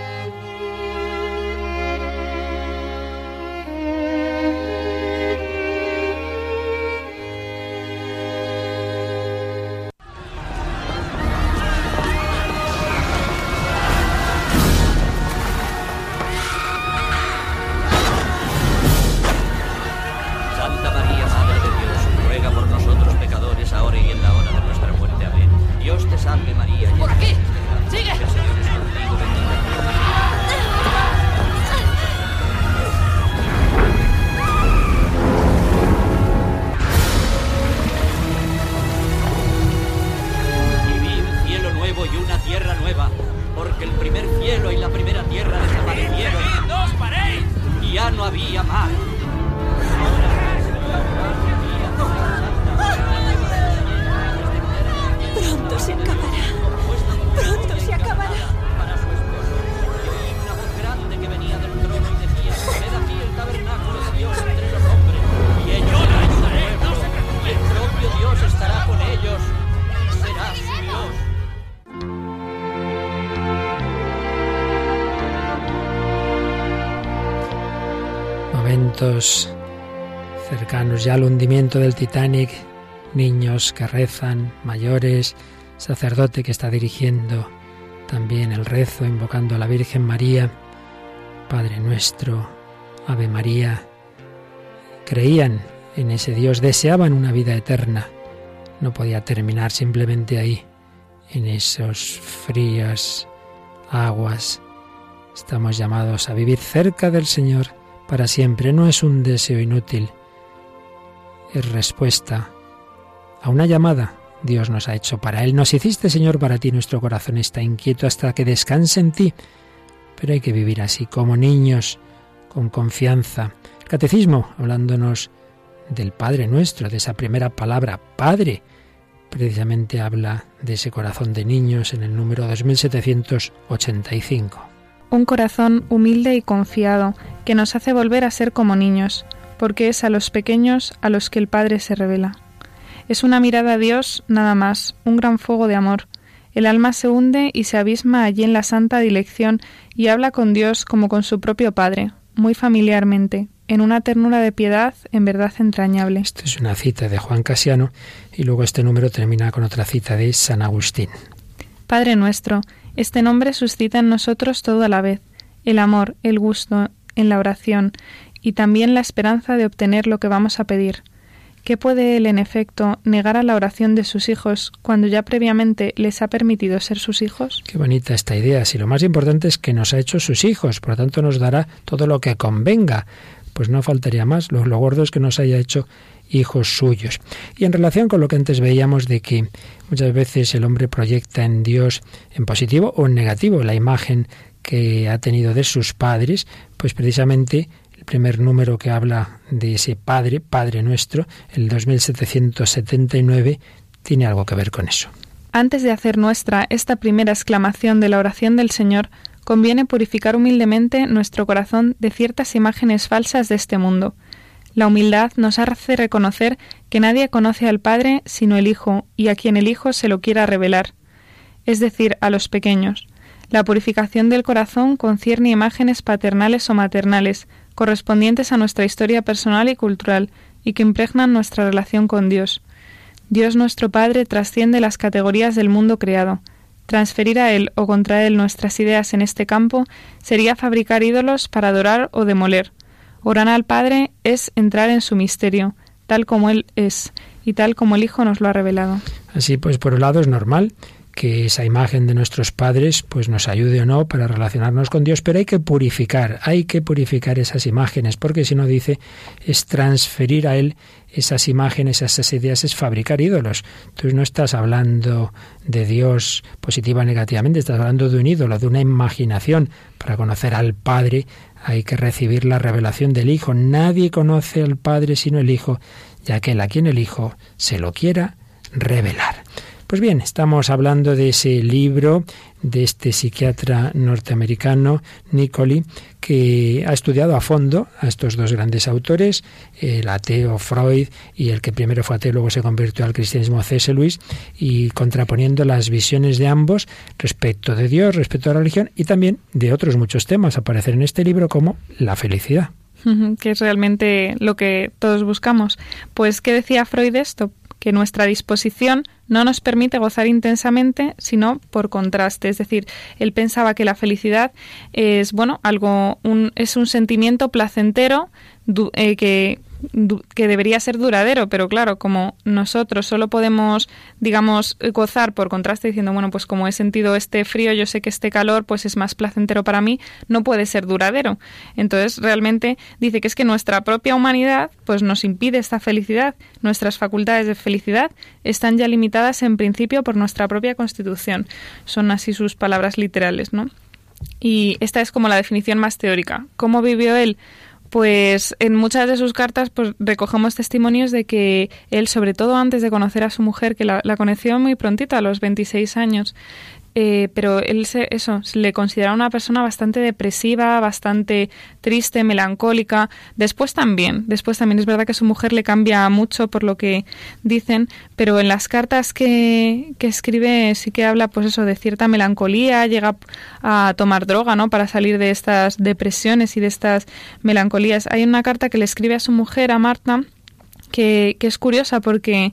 Momentos cercanos ya al hundimiento del Titanic, niños que rezan, mayores, sacerdote que está dirigiendo también el rezo, invocando a la Virgen María, Padre Nuestro, Ave María. Creían en ese Dios, deseaban una vida eterna. No podía terminar simplemente ahí, en esas frías aguas. Estamos llamados a vivir cerca del Señor para siempre. No es un deseo inútil, es respuesta a una llamada. Dios nos ha hecho para Él. Nos hiciste, Señor, para ti. Nuestro corazón está inquieto hasta que descanse en ti. Pero hay que vivir así, como niños, con confianza. El Catecismo, hablándonos del Padre Nuestro, de esa primera palabra, Padre, precisamente habla de ese corazón de niños en el número 2785. Un corazón humilde y confiado, que nos hace volver a ser como niños, porque es a los pequeños a los que el Padre se revela. Es una mirada a Dios nada más, un gran fuego de amor. El alma se hunde y se abisma allí en la santa dilección y habla con Dios como con su propio Padre, muy familiarmente, en una ternura de piedad en verdad entrañable. Esto es una cita de Juan Casiano y luego este número termina con otra cita de San Agustín. Padre nuestro, este nombre suscita en nosotros todo a la vez, el amor, el gusto en la oración y también la esperanza de obtener lo que vamos a pedir. ¿Qué puede él, en efecto, negar a la oración de sus hijos cuando ya previamente les ha permitido ser sus hijos? Qué bonita esta idea. Si lo más importante es que nos ha hecho sus hijos, por lo tanto nos dará todo lo que convenga. Pues no faltaría más. Lo gordo es que nos haya hecho hijos suyos. Y en relación con lo que antes veíamos de que muchas veces el hombre proyecta en Dios en positivo o en negativo la imagen que ha tenido de sus padres, pues precisamente el primer número que habla de ese Padre, Padre Nuestro, el 2779, tiene algo que ver con eso. Antes de hacer nuestra esta primera exclamación de la oración del Señor, conviene purificar humildemente nuestro corazón de ciertas imágenes falsas de este mundo. La humildad nos hace reconocer que nadie conoce al Padre sino el Hijo, y a quien el Hijo se lo quiera revelar, es decir, a los pequeños. La purificación del corazón concierne imágenes paternales o maternales, correspondientes a nuestra historia personal y cultural, y que impregnan nuestra relación con Dios. Dios nuestro Padre trasciende las categorías del mundo creado. Transferir a Él o contra Él nuestras ideas en este campo sería fabricar ídolos para adorar o demoler. Orar al Padre es entrar en su misterio, tal como Él es, y tal como el Hijo nos lo ha revelado. Así pues, por un lado es normal que esa imagen de nuestros padres pues nos ayude o no para relacionarnos con Dios, pero hay que purificar esas imágenes, porque si no, dice, es transferir a Él esas imágenes, esas ideas, es fabricar ídolos. Entonces no estás hablando de Dios positiva o negativamente, estás hablando de un ídolo, de una imaginación. Para conocer al Padre hay que recibir la revelación del Hijo. Nadie conoce al Padre sino el Hijo, ya que él a quien el Hijo se lo quiera revelar. Pues bien, estamos hablando de ese libro de este psiquiatra norteamericano, Nicoli, que ha estudiado a fondo a estos dos grandes autores, el ateo Freud y el que primero fue ateo y luego se convirtió al cristianismo, C.S. Lewis, y contraponiendo las visiones de ambos respecto de Dios, respecto a la religión y también de otros muchos temas aparecen en este libro como la felicidad. Que es realmente lo que todos buscamos. Pues, ¿qué decía Freud de esto? Que nuestra disposición no nos permite gozar intensamente, sino por contraste. Es decir, él pensaba que la felicidad es, es un sentimiento placentero que debería ser duradero, pero claro, como nosotros solo podemos, gozar por contraste diciendo, pues como he sentido este frío, yo sé que este calor pues es más placentero para mí, no puede ser duradero. Entonces, realmente dice que es que nuestra propia humanidad pues nos impide esta felicidad. Nuestras facultades de felicidad están ya limitadas en principio por nuestra propia constitución. Son así sus palabras literales, ¿no? Y esta es como la definición más teórica. ¿Cómo vivió él? Pues en muchas de sus cartas pues recogemos testimonios de que él, sobre todo antes de conocer a su mujer, que la conoció muy prontito, a los 26 años, pero él se le consideraba una persona bastante depresiva, bastante triste, melancólica. Después también es verdad que su mujer le cambia mucho por lo que dicen, pero en las cartas que escribe sí que habla pues eso de cierta melancolía, llega a tomar droga, ¿no?, para salir de estas depresiones y de estas melancolías. Hay una carta que le escribe a su mujer, a Marta, que es curiosa porque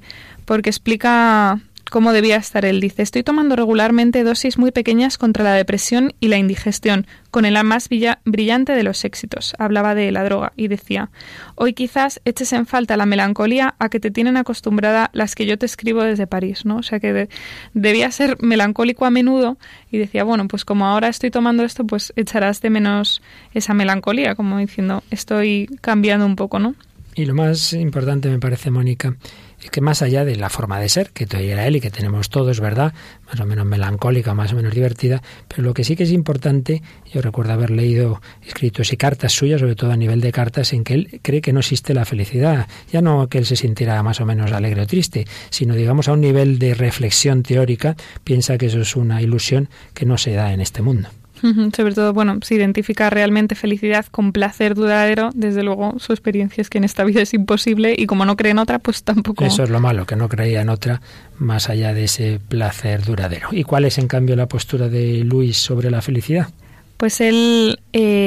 explica cómo debía estar él. Dice: estoy tomando regularmente dosis muy pequeñas contra la depresión y la indigestión, con el más brillante de los éxitos. Hablaba de la droga y decía: hoy quizás eches en falta la melancolía a que te tienen acostumbrada las que yo te escribo desde París, ¿no? O sea que debía ser melancólico a menudo, y decía, pues como ahora estoy tomando esto, pues echarás de menos esa melancolía, como diciendo, estoy cambiando un poco, ¿no? Y lo más importante me parece, Mónica, es que más allá de la forma de ser, que tuviera él y que tenemos todos, ¿verdad?, más o menos melancólica, más o menos divertida, pero lo que sí que es importante, yo recuerdo haber leído escritos y cartas suyas, sobre todo a nivel de cartas, en que él cree que no existe la felicidad. Ya no que él se sintiera más o menos alegre o triste, sino, digamos, a un nivel de reflexión teórica, piensa que eso es una ilusión que no se da en este mundo. Sobre todo, se identifica realmente felicidad con placer duradero. Desde luego, su experiencia es que en esta vida es imposible, y como no cree en otra, pues tampoco. Eso es lo malo, que no creía en otra más allá de ese placer duradero. ¿Y cuál es, en cambio, la postura de Luis sobre la felicidad? Pues él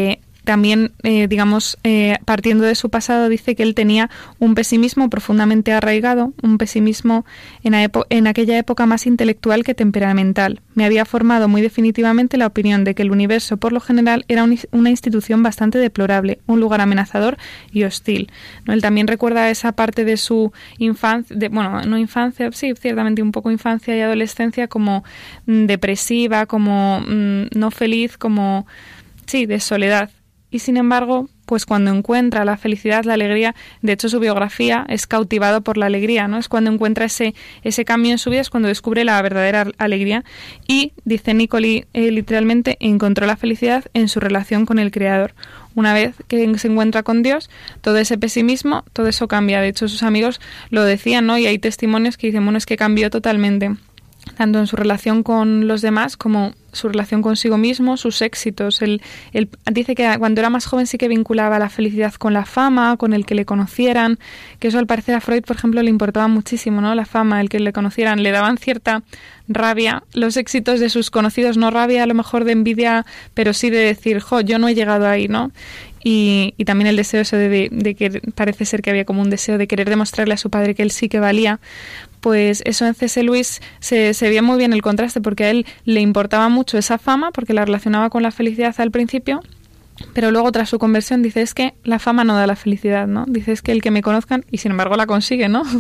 también, partiendo de su pasado, dice que él tenía un pesimismo profundamente arraigado, un pesimismo en aquella época más intelectual que temperamental. Me había formado muy definitivamente la opinión de que el universo, por lo general, era una institución bastante deplorable, un lugar amenazador y hostil, ¿no? Él también recuerda esa parte de su infancia, no infancia, sí, ciertamente un poco infancia y adolescencia, como depresiva, como no feliz, como, sí, de soledad. Y sin embargo, pues cuando encuentra la felicidad, la alegría, de hecho su biografía es cautivado por la alegría, ¿no? Es cuando encuentra ese cambio en su vida, es cuando descubre la verdadera alegría. Y, dice Nicoli, literalmente, encontró la felicidad en su relación con el Creador. Una vez que se encuentra con Dios, todo ese pesimismo, todo eso cambia. De hecho, sus amigos lo decían, ¿no? Y hay testimonios que dicen, bueno, es que cambió totalmente, tanto en su relación con los demás como su relación consigo mismo, sus éxitos. Él dice que cuando era más joven sí que vinculaba la felicidad con la fama, con el que le conocieran, que eso al parecer a Freud, por ejemplo, le importaba muchísimo, ¿no? La fama, el que le conocieran, le daban cierta rabia los éxitos de sus conocidos, no rabia a lo mejor de envidia, pero sí de decir, yo no he llegado ahí, ¿no? Y también el deseo ese de que parece ser que había como un deseo de querer demostrarle a su padre que él sí que valía. Pues eso en C.S. Lewis se veía muy bien el contraste, porque a él le importaba mucho esa fama, porque la relacionaba con la felicidad al principio, pero luego tras su conversión dice, es que la fama no da la felicidad, ¿no? Dice, es que el que me conozcan, y sin embargo la consigue, ¿no?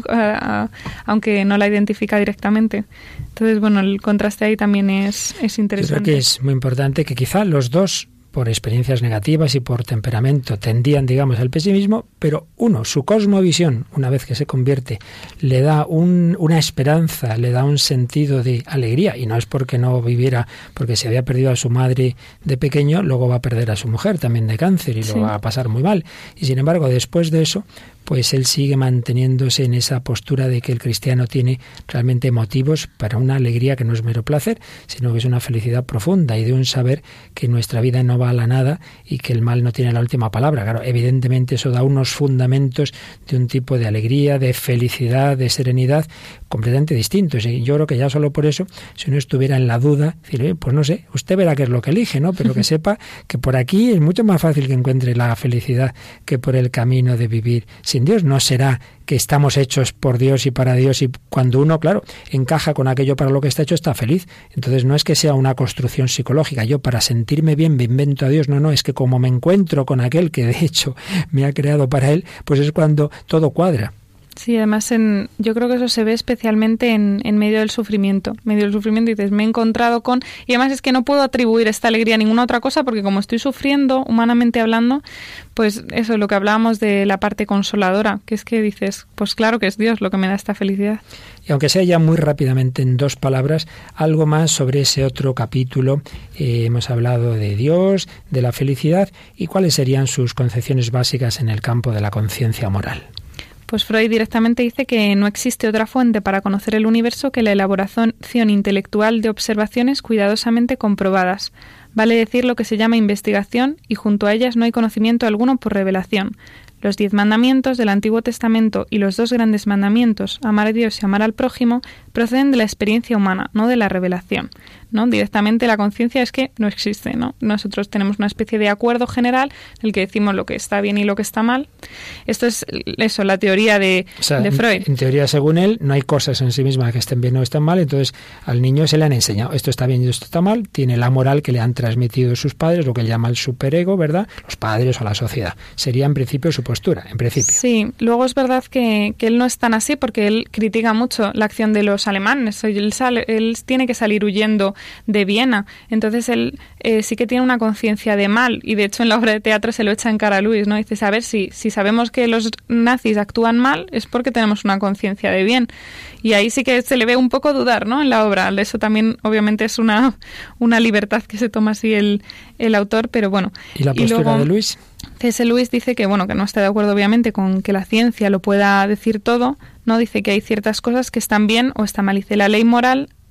Aunque no la identifica directamente. Entonces, bueno, el contraste ahí también es interesante. Yo creo que es muy importante que quizá los dos, por experiencias negativas y por temperamento, tendían, digamos, al pesimismo, pero uno, su cosmovisión, una vez que se convierte, le da una esperanza, le da un sentido de alegría, y no es porque no viviera, porque se había perdido a su madre de pequeño, luego va a perder a su mujer también de cáncer y lo va a pasar muy mal. Y sin embargo, después de eso, pues él sigue manteniéndose en esa postura de que el cristiano tiene realmente motivos para una alegría que no es mero placer, sino que es una felicidad profunda y de un saber que nuestra vida no va a la nada y que el mal no tiene la última palabra. Claro, evidentemente eso da unos fundamentos de un tipo de alegría, de felicidad, de serenidad completamente distintos. Y yo creo que ya solo por eso, si uno estuviera en la duda, decir, pues no sé, usted verá qué es lo que elige, ¿no? Pero que sepa que por aquí es mucho más fácil que encuentre la felicidad que por el camino de vivir sin Dios. No será que estamos hechos por Dios y para Dios, y cuando uno, claro, encaja con aquello para lo que está hecho, está feliz. Entonces no es que sea una construcción psicológica, yo para sentirme bien me invento a Dios, no, es que como me encuentro con aquel que de hecho me ha creado para él, pues es cuando todo cuadra. Sí, además yo creo que eso se ve especialmente en medio del sufrimiento. En medio del sufrimiento dices, me he encontrado con... Y además es que no puedo atribuir esta alegría a ninguna otra cosa, porque como estoy sufriendo, humanamente hablando, pues eso es lo que hablábamos de la parte consoladora, que es que dices, pues claro que es Dios lo que me da esta felicidad. Y aunque sea ya muy rápidamente en 2 palabras, algo más sobre ese otro capítulo. Hemos hablado de Dios, de la felicidad, y cuáles serían sus concepciones básicas en el campo de la conciencia moral. Pues Freud directamente dice que no existe otra fuente para conocer el universo que la elaboración intelectual de observaciones cuidadosamente comprobadas. Vale decir lo que se llama investigación, y junto a ellas no hay conocimiento alguno por revelación. Los 10 mandamientos del Antiguo Testamento y los 2 grandes mandamientos, amar a Dios y amar al prójimo, proceden de la experiencia humana, no de la revelación, ¿no? Directamente la conciencia es que no existe, ¿no? Nosotros tenemos una especie de acuerdo general en el que decimos lo que está bien y lo que está mal. Esto es eso, la teoría de Freud. En teoría, según él, no hay cosas en sí mismas que estén bien o estén mal, entonces al niño se le han enseñado esto está bien y esto está mal, tiene la moral que le han transmitido sus padres, lo que él llama el superego, ¿verdad? Los padres o la sociedad. Sería en principio su postura, en principio. Sí, luego es verdad que él no es tan así, porque él critica mucho la acción de los alemanes. Él tiene que salir huyendo de Viena. Entonces él sí que tiene una conciencia de mal, y de hecho en la obra de teatro se lo echa en cara a Luis, ¿no? Dice, a ver, si sabemos que los nazis actúan mal, es porque tenemos una conciencia de bien. Y ahí sí que se le ve un poco dudar, ¿no? En la obra. Eso también obviamente es una libertad que se toma así el autor, pero bueno. ¿Y la postura luego de Luis? C.S. Lewis dice que no está de acuerdo obviamente con que la ciencia lo pueda decir todo, ¿no? Dice que hay ciertas cosas que están bien o están mal. Dice, la ley moral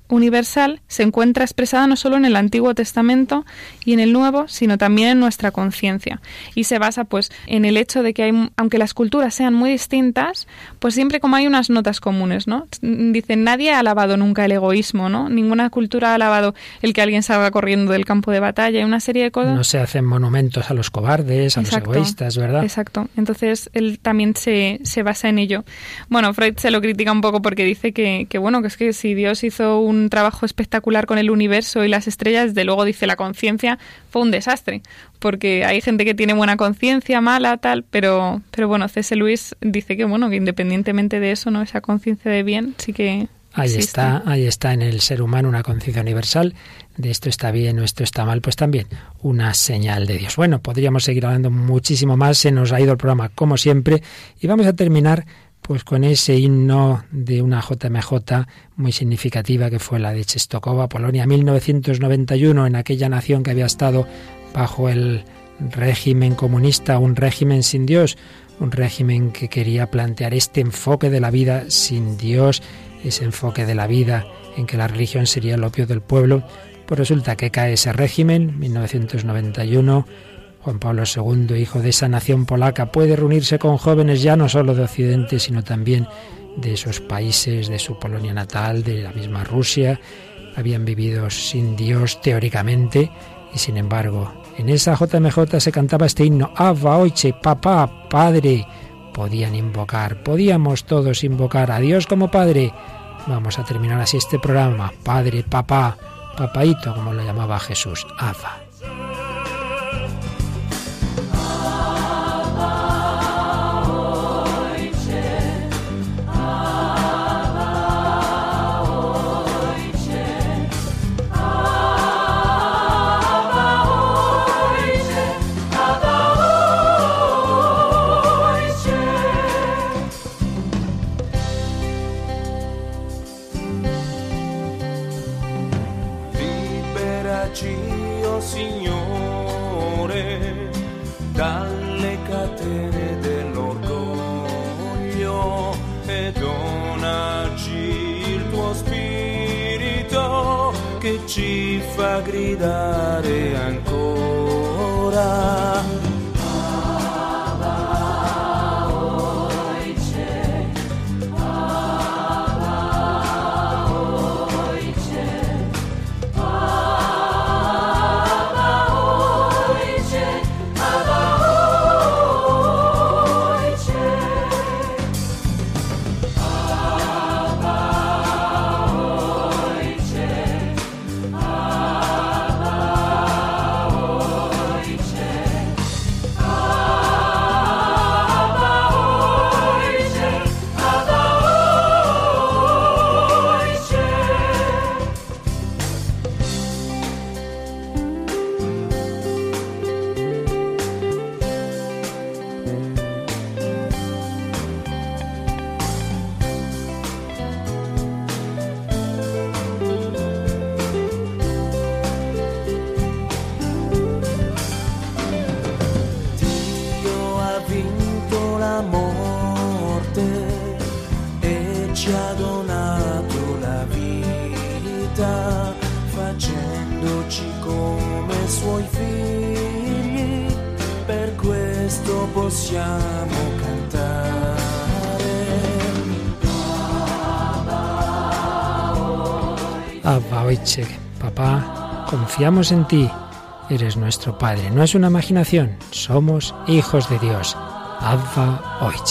universal se encuentra expresada no solo en el Antiguo Testamento y en el Nuevo, sino también en nuestra conciencia. Y se basa pues en el hecho de que aunque las culturas sean muy distintas, pues siempre como hay unas notas comunes, ¿no? Dicen, nadie ha alabado nunca el egoísmo, ¿no? Ninguna cultura ha alabado el que alguien salga corriendo del campo de batalla y una serie de cosas. No se hacen monumentos a los cobardes, a los egoístas, ¿verdad? Exacto. Entonces él también se basa en ello. Bueno, Freud se lo critica un poco porque dice que es que si Dios hizo un trabajo espectacular con el universo y las estrellas, desde luego dice la conciencia fue un desastre, porque hay gente que tiene buena conciencia, mala, tal, pero bueno, C.S. Lewis dice que bueno, que independientemente de eso, ¿no? Esa conciencia de bien sí que existe. Ahí está en el ser humano una conciencia universal de esto está bien o esto está mal, pues también una señal de Dios. Bueno, podríamos seguir hablando muchísimo más, se nos ha ido el programa como siempre y vamos a terminar pues con ese himno de una JMJ muy significativa que fue la de Czestochowa, Polonia, 1991, en aquella nación que había estado bajo el régimen comunista, un régimen sin Dios, un régimen que quería plantear este enfoque de la vida sin Dios, ese enfoque de la vida en que la religión sería el opio del pueblo. Pues resulta que cae ese régimen, 1991, Juan Pablo II, hijo de esa nación polaca, puede reunirse con jóvenes ya no solo de Occidente, sino también de esos países, de su Polonia natal, de la misma Rusia. Habían vivido sin Dios teóricamente y sin embargo en esa JMJ se cantaba este himno, Abba, Ojcze, Papá, Padre. Podíamos todos invocar a Dios como Padre. Vamos a terminar así este programa, Padre, Papá, Papaíto, como lo llamaba Jesús, Abba. Ci fa gridare ancora. Possiamo cantare. Abba, Ojcze, Papá, confiamos en ti, eres nuestro Padre. No es una imaginación, somos hijos de Dios. Abba, Ojcze.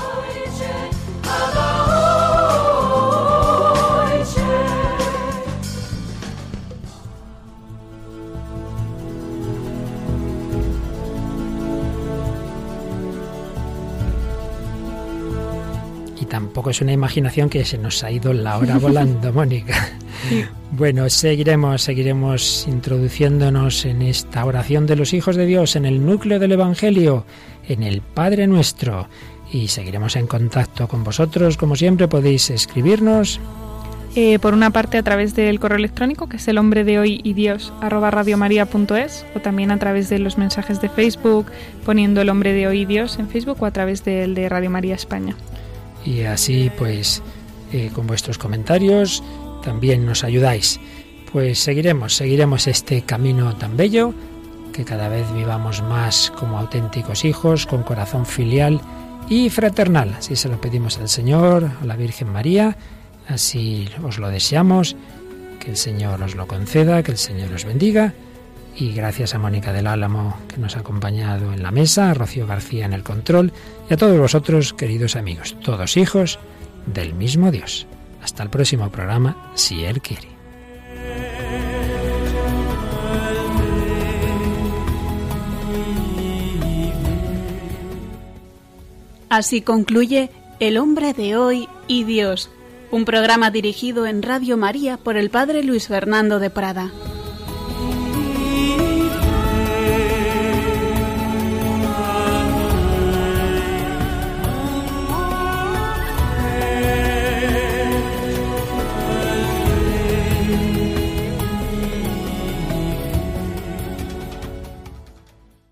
Tampoco es una imaginación que se nos ha ido la hora volando, Mónica. Sí. Bueno, seguiremos introduciéndonos en esta oración de los hijos de Dios, en el núcleo del Evangelio, en el Padre Nuestro. Y seguiremos en contacto con vosotros. Como siempre, podéis escribirnos. Por una parte a través del correo electrónico, que es elhombredehoydios@radiomaria.es, o también a través de los mensajes de Facebook, poniendo El Hombre de Hoy y Dios en Facebook, o a través del de Radio María España. Y así, pues, con vuestros comentarios también nos ayudáis. Pues seguiremos este camino tan bello, que cada vez vivamos más como auténticos hijos, con corazón filial y fraternal. Así se lo pedimos al Señor, a la Virgen María, así os lo deseamos, que el Señor os lo conceda, que el Señor os bendiga. Y gracias a Mónica del Álamo, que nos ha acompañado en la mesa, a Rocío García en el control, y a todos vosotros, queridos amigos, todos hijos del mismo Dios. Hasta el próximo programa, si Él quiere. Así concluye El hombre de hoy y Dios, un programa dirigido en Radio María por el Padre Luis Fernando de Prada.